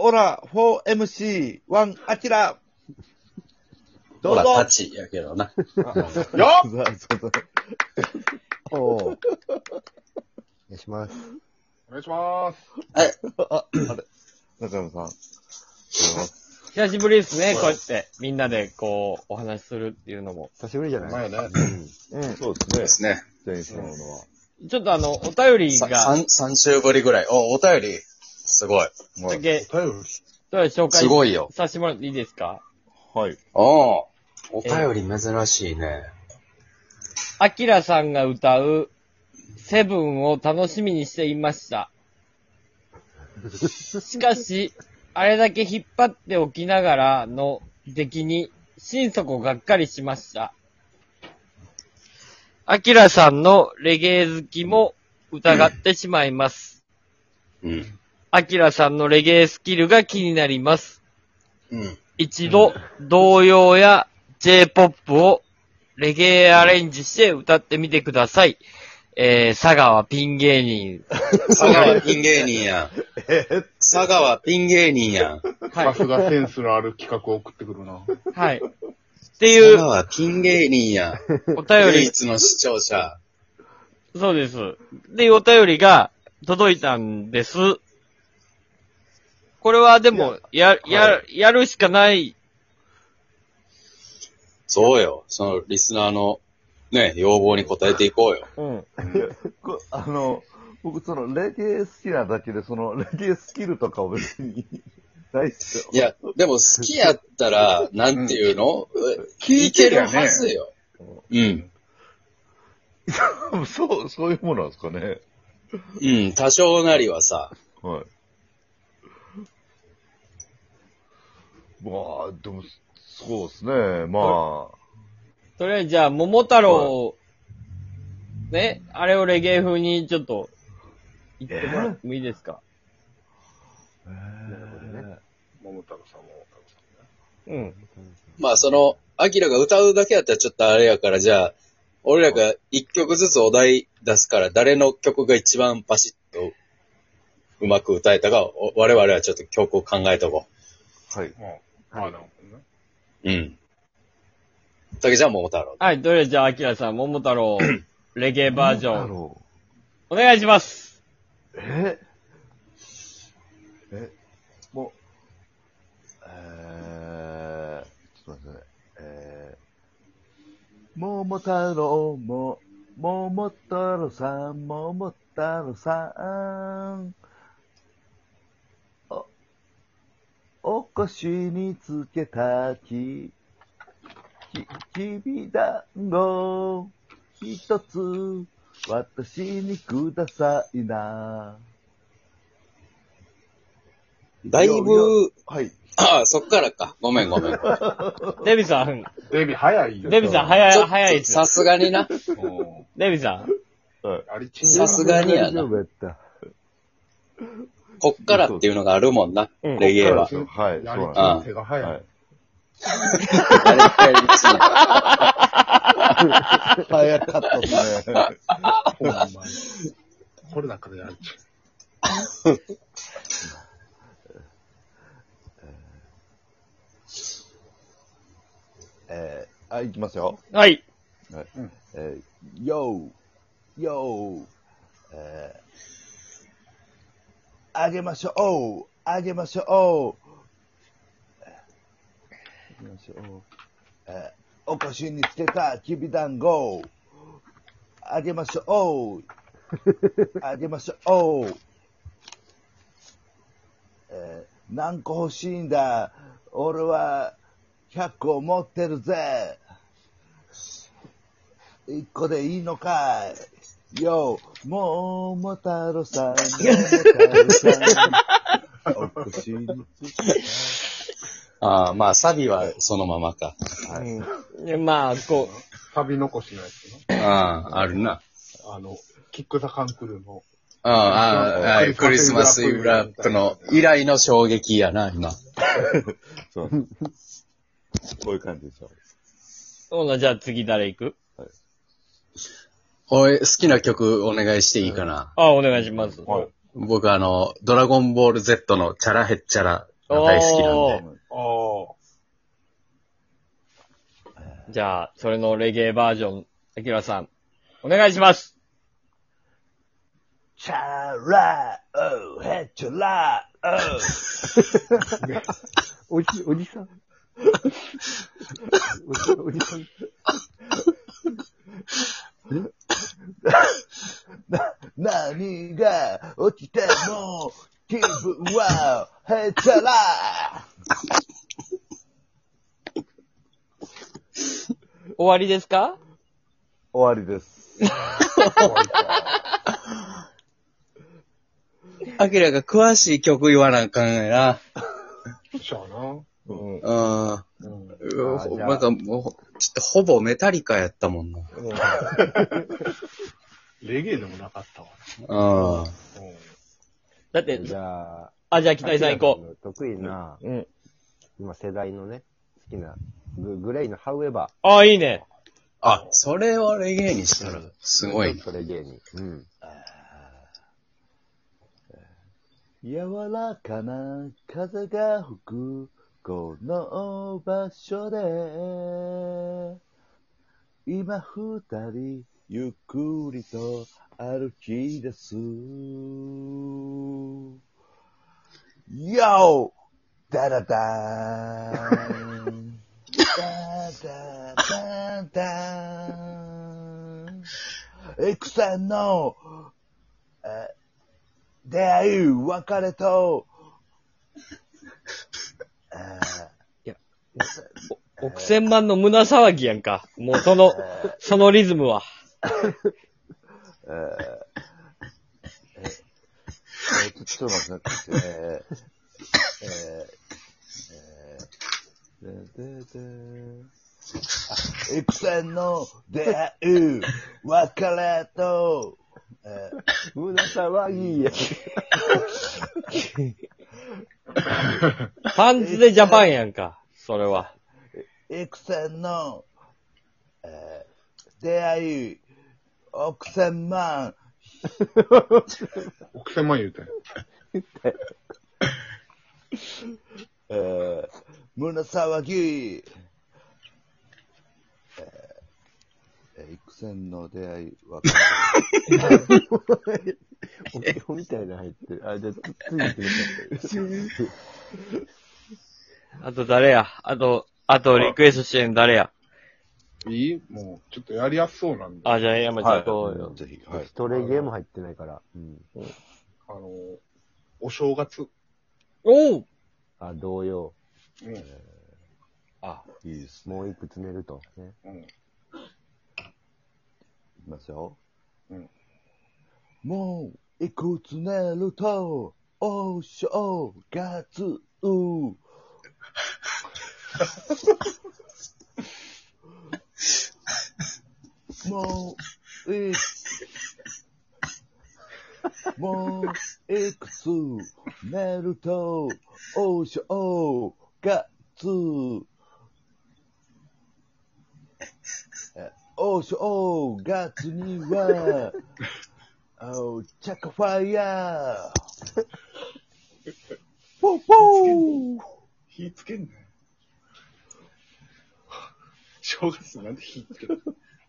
オラ 4MC1 アキラ。どうぞ。 ほら、立ちやけどな。 よっおー。お願いします。 お願いします。 あれ中山さん。 久しぶりですね、こうやって。みんなで、こう、お話しするっていうのも。 久しぶりじゃない前ね。 そうでですね。 すね。 ジェイソンのは。 ちょっとお便りが、 3週ぶりぐらい。お便り。すごい。 だけ、 お便り。 紹介すごいよ。 させてもらっていいですか？ はい。 お便り珍しいね。 アキラさんが歌う、セブンを楽しみにしていました。しかし、あれだけ引っ張っておきながらの出来に、心底がっかりしました。アキラさんのレゲエ好きも疑ってしまいます。 うん。 アキラさんのレゲエスキルが気になります。 うん。 一度、童謡や J-POP をレゲエアレンジして歌ってみてください。佐川ピン芸人。 佐川ピン芸人やん。佐川ピン芸人やん。 はい。 さすがセンスのある企画を送ってくるな。 はい。ってい佐う川ピン芸人やん。 お便り、 唯一の視聴者。 そうです。っていうお便りが届いたんです。これはでも、やるしかない。 そうよ。そのリスナーのね、要望に応えていこうよ。 うん。 僕レゲエ好きなだけで、レゲエスキルとかを別に、ないっすよ。 いや、でも好きやったら、なんていうの、 聞いけるいてるよねはずよ。うん。 そういうものなんですかね。 うん、多少なりはさ。 はい。まあ、でも、そうですね。まあ、 とりあえずじゃあ、桃太郎、ね、あれをレゲエ風にちょっと、言ってもらってもいいですか？ 桃太郎さん、桃太郎さんね。 うん。 まあアキラが歌うだけやったらちょっとあれやから、じゃあ、俺らが一曲ずつお題出すから、誰の曲が一番パシッとうまく歌えたか、我々はちょっと曲を考えとこはい。 あ、なるほどね。 う。うん。だけじゃあ桃太郎。 はい、とりあえずじゃあ、アキラさん、桃太郎、レゲエバージョン、 ン。 お願いします。 もう、ちょっと待ってね。桃太郎も、桃太郎さん、桃太郎さん。お腰につけたきびだんご、一つ、私にくださいな。 だいぶ、 はい。 そっからか。ごめん。 デビさん、 デビ早いよ。 デビさん、早いですよさ。すがにな。 デビさん。 ありちんさすがにやな大丈夫やった。 こっからっていうのがあるもんな。 うんレゲエは。 はい、そうやりちなんん手が早い。 はい。 あれやりちん早かったですね。 ほんまに。これだからやりちん。 いきますよ。 はい。 よー、あげましょう。あげましょう。お腰につけたきびだんご。あげましょう。あげましょう。何個欲しいんだ。俺は100個持ってるぜ。1個でいいのかい。よ、桃太郎さん、桃太郎さん。お腰につけた。 まあ、サビはそのままか。 まあ、こサビ残しのやつね。 あるな。 キックザカンクルーの。 クリスマスイブラップの以来の衝撃やな、今。 そう。こういう感じでしょ。 ほな、じゃあ次誰行く？ 好きな曲お願いしていいかな。 あ、お願いします。 はい。 僕ドラゴンボール Z のチャラヘッチャラ大好きなんで。 あじゃあ、それのレゲエバージョン、アキラさん、お願いします。 チャラー、ヘッチャラー、 おじさん。おじさん。 何が起きても気分はヘッチャラ終わりですか？ ー。終わりです。 アキラが詳しい曲言わなあかんやな。 あ。そうやな。 うん。 じゃあなんかもう、ちょっとほぼメタリカやったもんな。 レゲエでもなかったわ。 だって、 じゃじゃあ北井さん行こう。得意な、 う。うん。 今世代のね、好きな、グレイのハウエバいいね。 あ、それをレゲエにしたら、すごいー。。それ芸人。うん。 柔らかな風が吹くこの場所で今二人ゆっくりと歩き出す Yo! ダダダーンダダダダーン幾千の出会い、別れと、 億千万の胸騒ぎやんか。もうそのリズムは。 ちょっと待ってください。幾千の出会い、別れと、 胸騒ぎや。 パンツでジャパンやんか。それは。 幾千の、出会い、億千万、 億千万言うたよ。 胸騒ぎ、幾千の出会い、別れ。 お経みたいな入ってる。じゃあ、ついてる。 あと誰や？あとリクエストしてんの誰や？ いい？もう、ちょっとやりやすそうなんで。 じゃあ山ちゃん行こうよ。 ぜひ、はい。 ストレゲーも入ってないから。うん。 お正月。 おう同様。 うん。 いいですね。 もういくつ寝ると。ね。 うん。 いきますよ。 うん。 もう、いくつ寝ると、お正月。もう、いくつ寝ると、お正月。お正月には、チャカファイヤー。ポーポー。 火つけんねん。正月なんで火つける？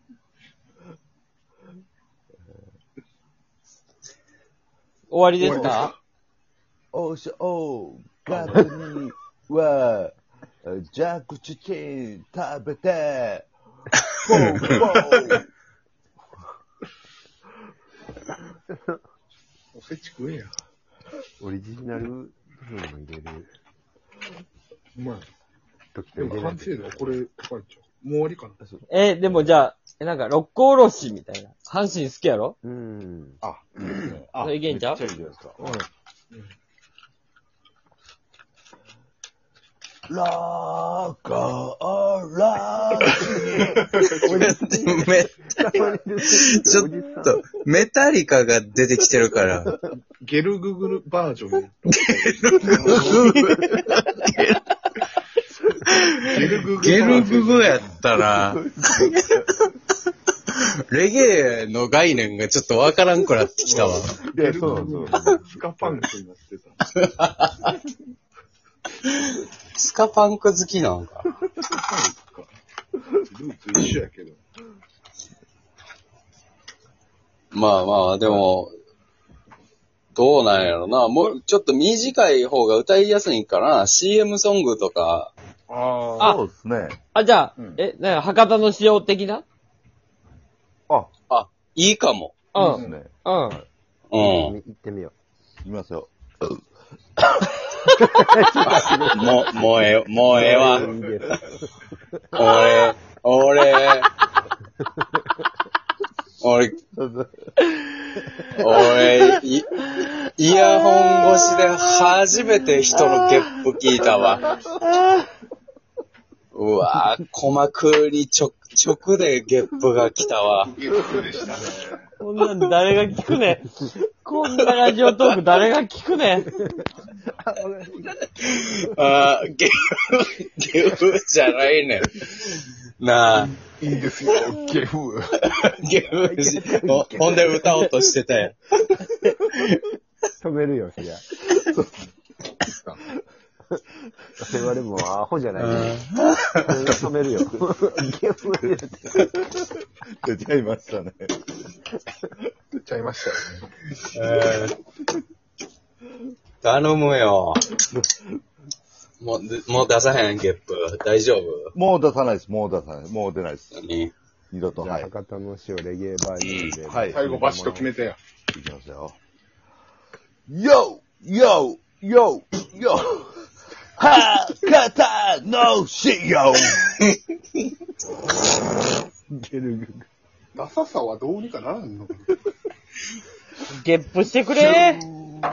終わりですか？ お正月には、ジャックチキン食べて、ポーポー。 おせち食えや。 オリジナル部分も入れるうまい。 時とでも入れない完成度はこれ、高いんちゃう。もう終わりかな。 でもじゃあ、なんか、六甲おろしみたいな。阪神好きやろ？ うん。 あ、いいですね。あ、 それいけんちゃう？ めっちゃいいじゃないですか。 うん。 ラーガーラー。 ちょっと、メタリカが出てきてるから。 ゲルググルバージョン。 ゲルググやったら、レゲエの概念がちょっとわからんくなってきたわ。 ゲルググスカパンクになってた。 スカパンク好きなんか。 ルーツ一緒やけど。 まあまあ、でも、どうなんやろな。もう、ちょっと短い方が歌いやすいんかな。CM ソングとか。 ああそうですね。 あ、じゃあ、 うんなんか博多の塩的なあ、 あ、いいかも。 うん。 いいですね。 うん。 うん。 行ってみよいきますよ。 もうええわ。 う。いいです。 俺、イヤホン越しで初めて人のゲップ聞いたわ。うわぁ、鼓膜に直でゲップが来たわ。 ゲップでしたね。 こんなん誰が聞くねん。こんなラジオトーク誰が聞くねん。 あー、ゲフじゃないねん。なあ、 いいですよ、ゲフ。 ゲフし、ほんで歌おうとしてたやん。 止めるよ、そりゃ。我々もアホじゃないね。止めるよ。ゲーム入れて。 出ちゃいましたね。 出ちゃいましたよね。 頼むよ。もう出さへん、ゲップ。大丈夫？ もう出さないです。もう出さない。もう出ないです。 何？ 二度と。 じゃあ、 はい。 博多の塩レゲエバージョンで。 はい最後バシッと決めてよ。 いきますよ。YO! YO! YO! YO! 博多の塩ゲルグ。 ダサさはどうにかならんのかな。 ゲップしてくれー。